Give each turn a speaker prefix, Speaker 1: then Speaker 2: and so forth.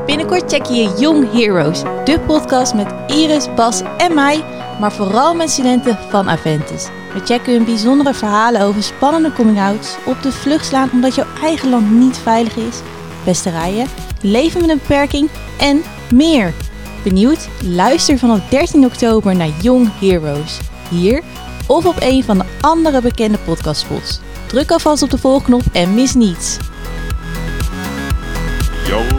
Speaker 1: Binnenkort check je Young Heroes, de podcast met Iris, Bas en mij, maar vooral met studenten van Aventus. We checken hun bijzondere verhalen over spannende coming-outs, op de vlucht slaan omdat jouw eigen land niet veilig is, pesterijen, leven met een beperking en meer. Benieuwd? Luister vanaf 13 oktober naar Young Heroes, hier of op een van de andere bekende podcastspots. Druk alvast op de volgknop en mis niets.
Speaker 2: Young